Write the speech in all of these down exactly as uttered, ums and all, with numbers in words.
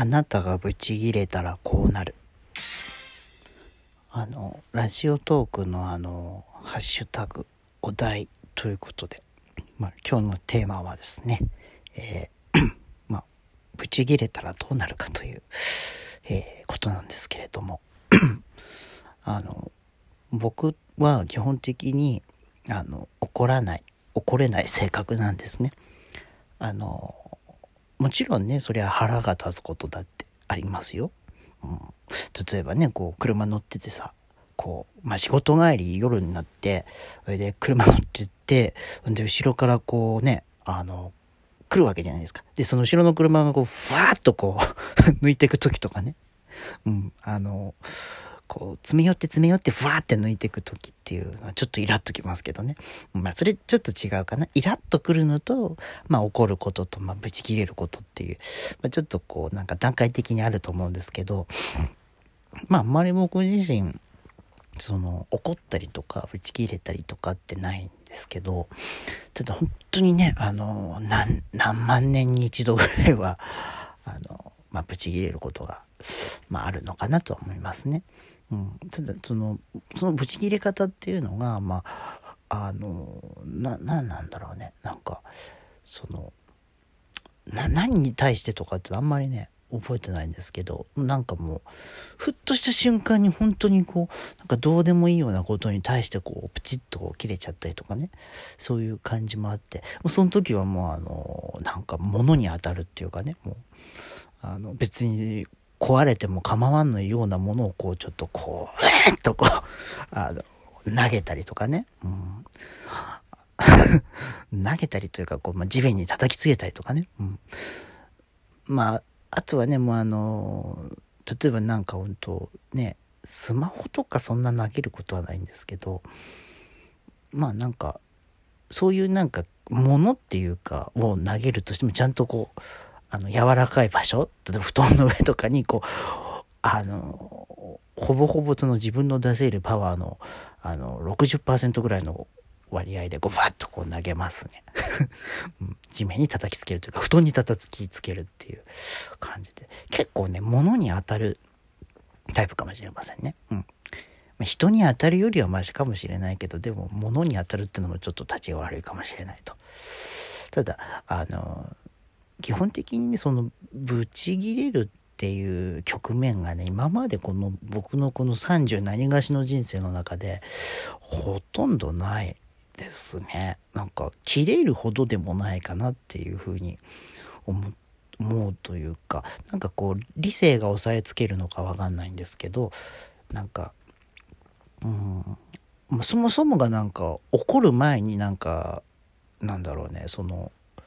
あなたがブチギレたらこうなる。あのラジオトークのあのハッシュタグお題ということで、まあ、今日のテーマはですね、えーまあ、ブチギレたらどうなるかという、えー、ことなんですけれどもあの僕は基本的にあの怒らない怒れない性格なんですね。あのもちろんね、それは腹が立つことだってありますよ。うん、例えばね、こう車乗っててさ、こう、まあ、仕事帰り夜になって、それで車乗ってって、で後ろからこうね、あの来るわけじゃないですか。でその後ろの車がこうふわーっとこう抜いていく時とかね、うん、あのこう詰め寄って詰め寄ってふわーって抜いていく時っていうのはちょっとイラッときますけどね。まあそれちょっと違うかな。イラッとくるのと、まあ怒ることと、まあブチ切れることっていう、まあ、ちょっとこうなんか段階的にあると思うんですけど、まああんまり僕自身その怒ったりとかブチ切れたりとかってないんですけど、ただ本当にね、あの何何万年に一度ぐらいはあのまあブチ切れることがまああるのかなと思いますね。うん、ただそのそのブチ切れ方っていうのがまああのななんなんだろうね、なんかそのな何に対してとかってあんまりね覚えてないんですけど、なんかもうふっとした瞬間に本当にこうなんかどうでもいいようなことに対してこうプチッとこう切れちゃったりとかね、そういう感じもあって、その時はもうあのなんか物に当たるっていうかね、もうあの別に壊れても構わないようなものをこうちょっとこうえーっとこうあの投げたりとかね、うん投げたりというかこう、まあ、地面に叩きつけたりとかね、うん、まああとはね、もうあの例えばなんか本当ね、スマホとかそんな投げることはないんですけど、まあなんかそういうなんかものっていうかを投げるとしてもちゃんとこうあの柔らかい場所、例えば布団の上とかにこうあのほぼほぼその自分の出せるパワーのあの ろくじゅっパーセント ぐらいの割合でこうバッとこう投げますね、うん、地面に叩きつけるというか布団に叩きつけるっていう感じで、結構ね物に当たるタイプかもしれませんね。うん、人に当たるよりはマシかもしれないけど、でも物に当たるっていうのもちょっと立ちが悪いかもしれないと。ただあの基本的にね、そのブチギレるっていう局面がね、今までこの僕のこのさんじゅう何がしの人生の中でほとんどないですね。なんか切れるほどでもないかなっていうふうに思う思うというか、なんかこう理性が押さえつけるのかわかんないんですけど、なんかうんそもそもがなんか怒る前になんかなんだろうね、その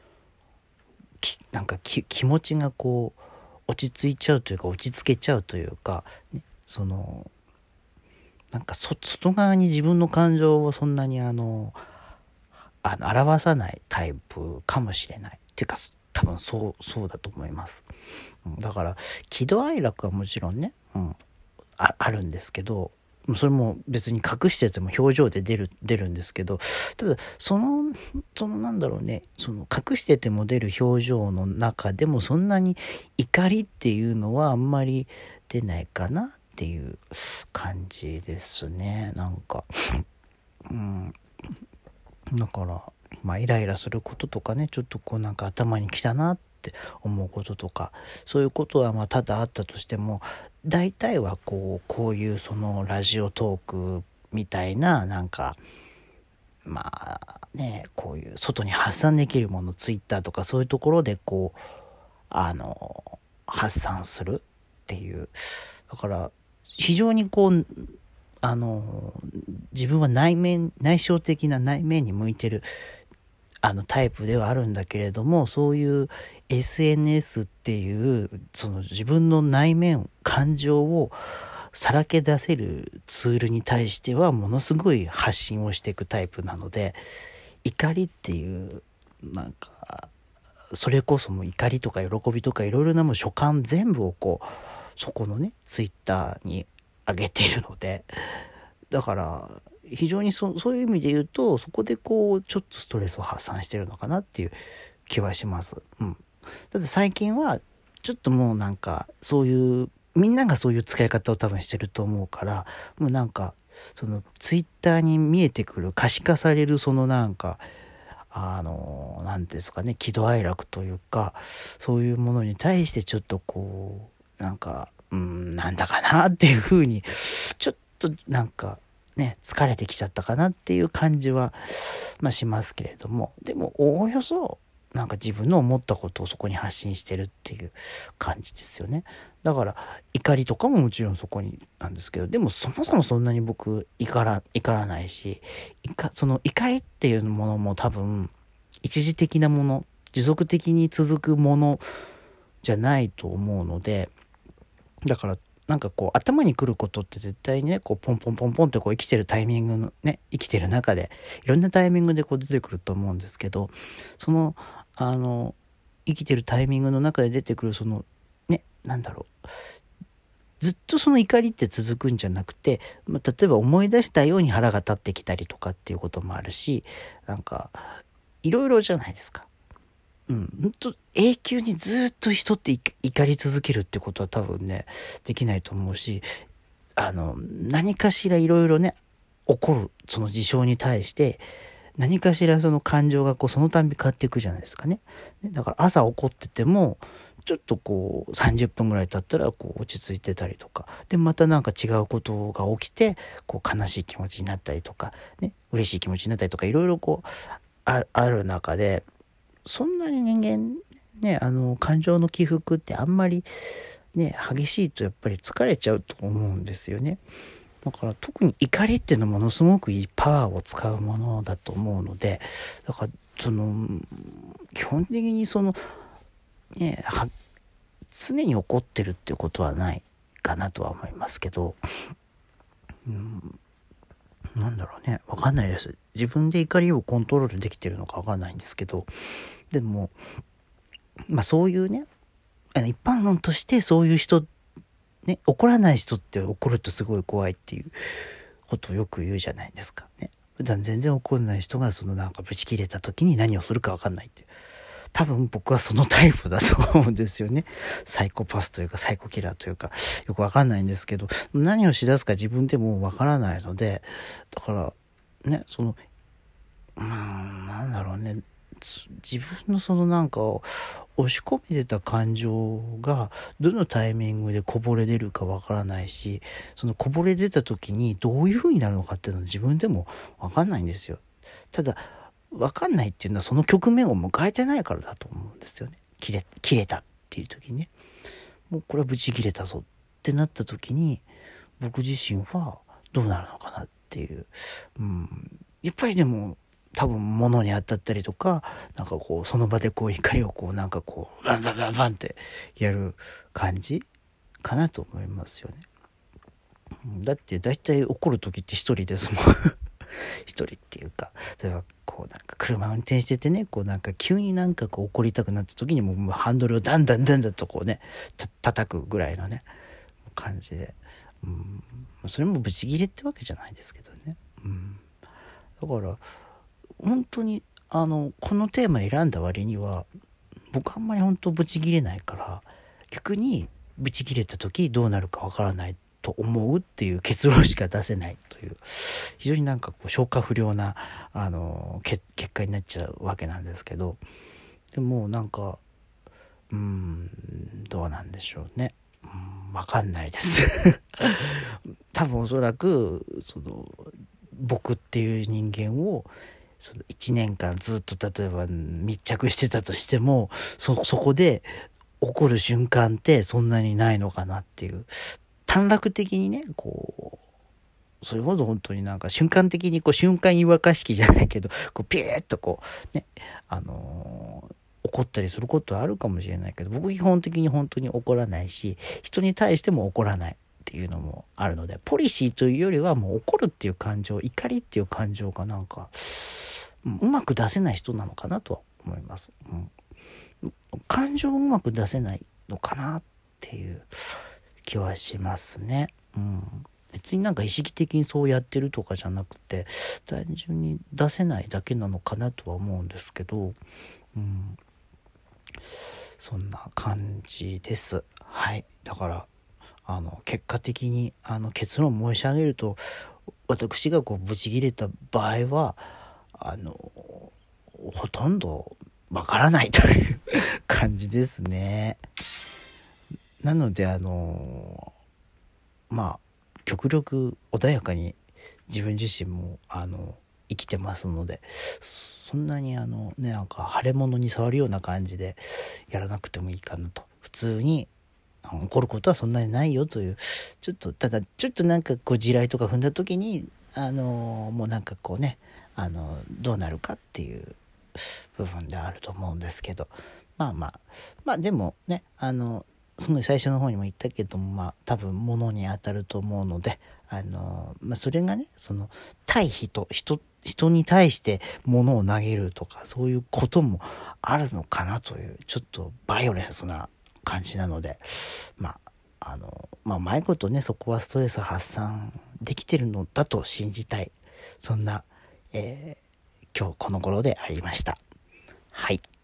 なんか気持ちがこう落ち着いちゃうというか落ち着けちゃうというか、ね、そのなんか外側に自分の感情をそんなにあのあの表さないタイプかもしれないっていうか、多分そうそうだと思います。だから喜怒哀楽はもちろんね、うん、あ, あるんですけど、それも別に隠してても表情で出る出るんですけど、ただそのそのなんだろうね、その隠してても出る表情の中でもそんなに怒りっていうのはあんまり出ないかなっていう感じですね。なんか、うん、だからまあイライラすることとかね、ちょっとこうなんか頭にきたなって思うこととか、そういうことはまあ多々あったとしても、大体はこうこういうそのラジオトークみたいななんかまあね、こういう外に発散できるもの、ツイッターとかそういうところでこうあの発散するっていう、だから非常にこうあの自分は内面内省的な内面に向いてるあのタイプではあるんだけれども、そういう エスエヌエス っていうその自分の内面感情をさらけ出せるツールに対してはものすごい発信をしていくタイプなので、怒りっていうなんかそれこそもう怒りとか喜びとかいろいろなもう所感全部をこうそこのねツイッターに上げているので、だから非常に そ, そういう意味で言うとそこでこうちょっとストレスを発散してるのかなっていう気はします。うん、ただ最近はちょっともうなんかそういうみんながそういう使い方を多分してると思うから、もうなんかそのツイッターに見えてくる可視化されるそのなんかあの何ですかね、喜怒哀楽というか、そういうものに対してちょっとこうなんかうんなんだかなっていう風にちょっとなんかね疲れてきちゃったかなっていう感じはまあしますけれども、でもおおよそなんか自分の思ったことをそこに発信してるっていう感じですよね。だから怒りとかももちろんそこになんですけど、でもそもそもそんなに僕怒ら怒らないし、いかその怒りっていうものも多分一時的なもの、持続的に続くものじゃないと思うので、だからなんかこう頭に来ることって絶対にねこうポンポンポンポンってこう生きてるタイミングのね生きてる中でいろんなタイミングでこう出てくると思うんですけど、そのあの生きてるタイミングの中で出てくるそのねなんだろう、ずっとその怒りって続くんじゃなくて、まあ、例えば思い出したように腹が立ってきたりとかっていうこともあるし、なんかいろいろじゃないですか。うん、本当永久にずっと人って怒り続けるってことは多分ねできないと思うし、あの何かしらいろいろね起こるその事象に対して何かしらその感情がこうそのたんび変わっていくじゃないですかね。だから朝怒っててもちょっとこうさんじゅっぷんぐらい経ったらこう落ち着いてたりとかで、またなんか違うことが起きてこう悲しい気持ちになったりとかね、嬉しい気持ちになったりとかいろいろこう あ, ある中で、そんなに人間ねあの感情の起伏ってあんまりね激しいとやっぱり疲れちゃうと思うんですよね。だから特に怒りっていうのはものすごくいいパワーを使うものだと思うので、だからその基本的にそのねは常に怒ってるっていうことはないかなとは思いますけど、うん、なんだろうね、わかんないです。自分で怒りをコントロールできてるのかわかんないんですけど、でもまあそういうね一般論としてそういう人ね、怒らない人って怒るとすごい怖いっていうことをよく言うじゃないですかね。普段全然怒らない人がそのなんかブチ切れた時に何をするか分かんないっていう。多分僕はそのタイプだと思うんですよね。サイコパスというかサイコキラーというかよく分かんないんですけど、何をしだすか自分でも分からないので、だからねそのうーんなんだろうね、自分のそのなんか押し込めてた感情がどのタイミングでこぼれ出るかわからないし、そのこぼれ出た時にどういう風になるのかっていうのは自分でもわかんないんですよ。ただわかんないっていうのはその局面を迎えてないからだと思うんですよね。切れ切れたっていう時にね、もうこれはブチ切れたぞってなった時に僕自身はどうなるのかなっていう、うん、やっぱりでも多分物に当たったりとか、なんかこうその場でこう怒りをこうなんかこうバンバンバンバンってやる感じかなと思いますよね。だって大体怒る時って一人ですもん一人っていうか、例えばこうなんか車運転しててね、こうなんか急になんかこう怒りたくなった時にもうハンドルをだんだんだんだんとこうねた叩くぐらいのね感じで、うん、それもブチギレってわけじゃないですけどね、うん、だから本当にあのこのテーマ選んだ割には僕あんまり本当ブチギレないから、逆にブチギレた時どうなるかわからないと思うっていう結論しか出せないという、非常になんかこう消化不良なあの結果になっちゃうわけなんですけど、でもなんかうーんどうなんでしょうね、うん、わかんないです多分おそらくその僕っていう人間をそのいちねんかんずっと例えば密着してたとしても、そそこで起こる瞬間ってそんなにないのかなっていう、短絡的にねこうそれほど本当になんか瞬間的にこう瞬間湯沸かし器じゃないけどこうピーッとこうねあのー、怒ったりすることはあるかもしれないけど、僕基本的に本当に怒らないし人に対しても怒らないっていうのもあるので、ポリシーというよりはもう怒るっていう感情、怒りっていう感情がなんかうまく出せない人なのかなとは思います、うん、感情をうまく出せないのかなっていう気はしますね、うん、別になんか意識的にそうやってるとかじゃなくて単純に出せないだけなのかなとは思うんですけど、うん、 そんな感じです。はい。だからあの結果的にあの結論申し上げると、私がこうブチ切れた場合はあのほとんどわからないという感じですね。なのであのまあ極力穏やかに自分自身もあの生きてますので、そんなにあのねなんか腫れ物に触るような感じでやらなくてもいいかなと。普通に怒ることはそんなにないよという、ちょっとただちょっとなんかこう地雷とか踏んだ時にあのもうなんかこうねあのどうなるかっていう部分であると思うんですけど、まあまあまあでもねあのすごい最初の方にも言ったけども、まあ多分物に当たると思うので、あのまあそれがねその対人人人に対して物を投げるとかそういうこともあるのかなというちょっとバイオレンスな感じなので、まああのまあうまいことねそこはストレス発散できてるのだと信じたい、そんな、えー、今日この頃でありました。はい。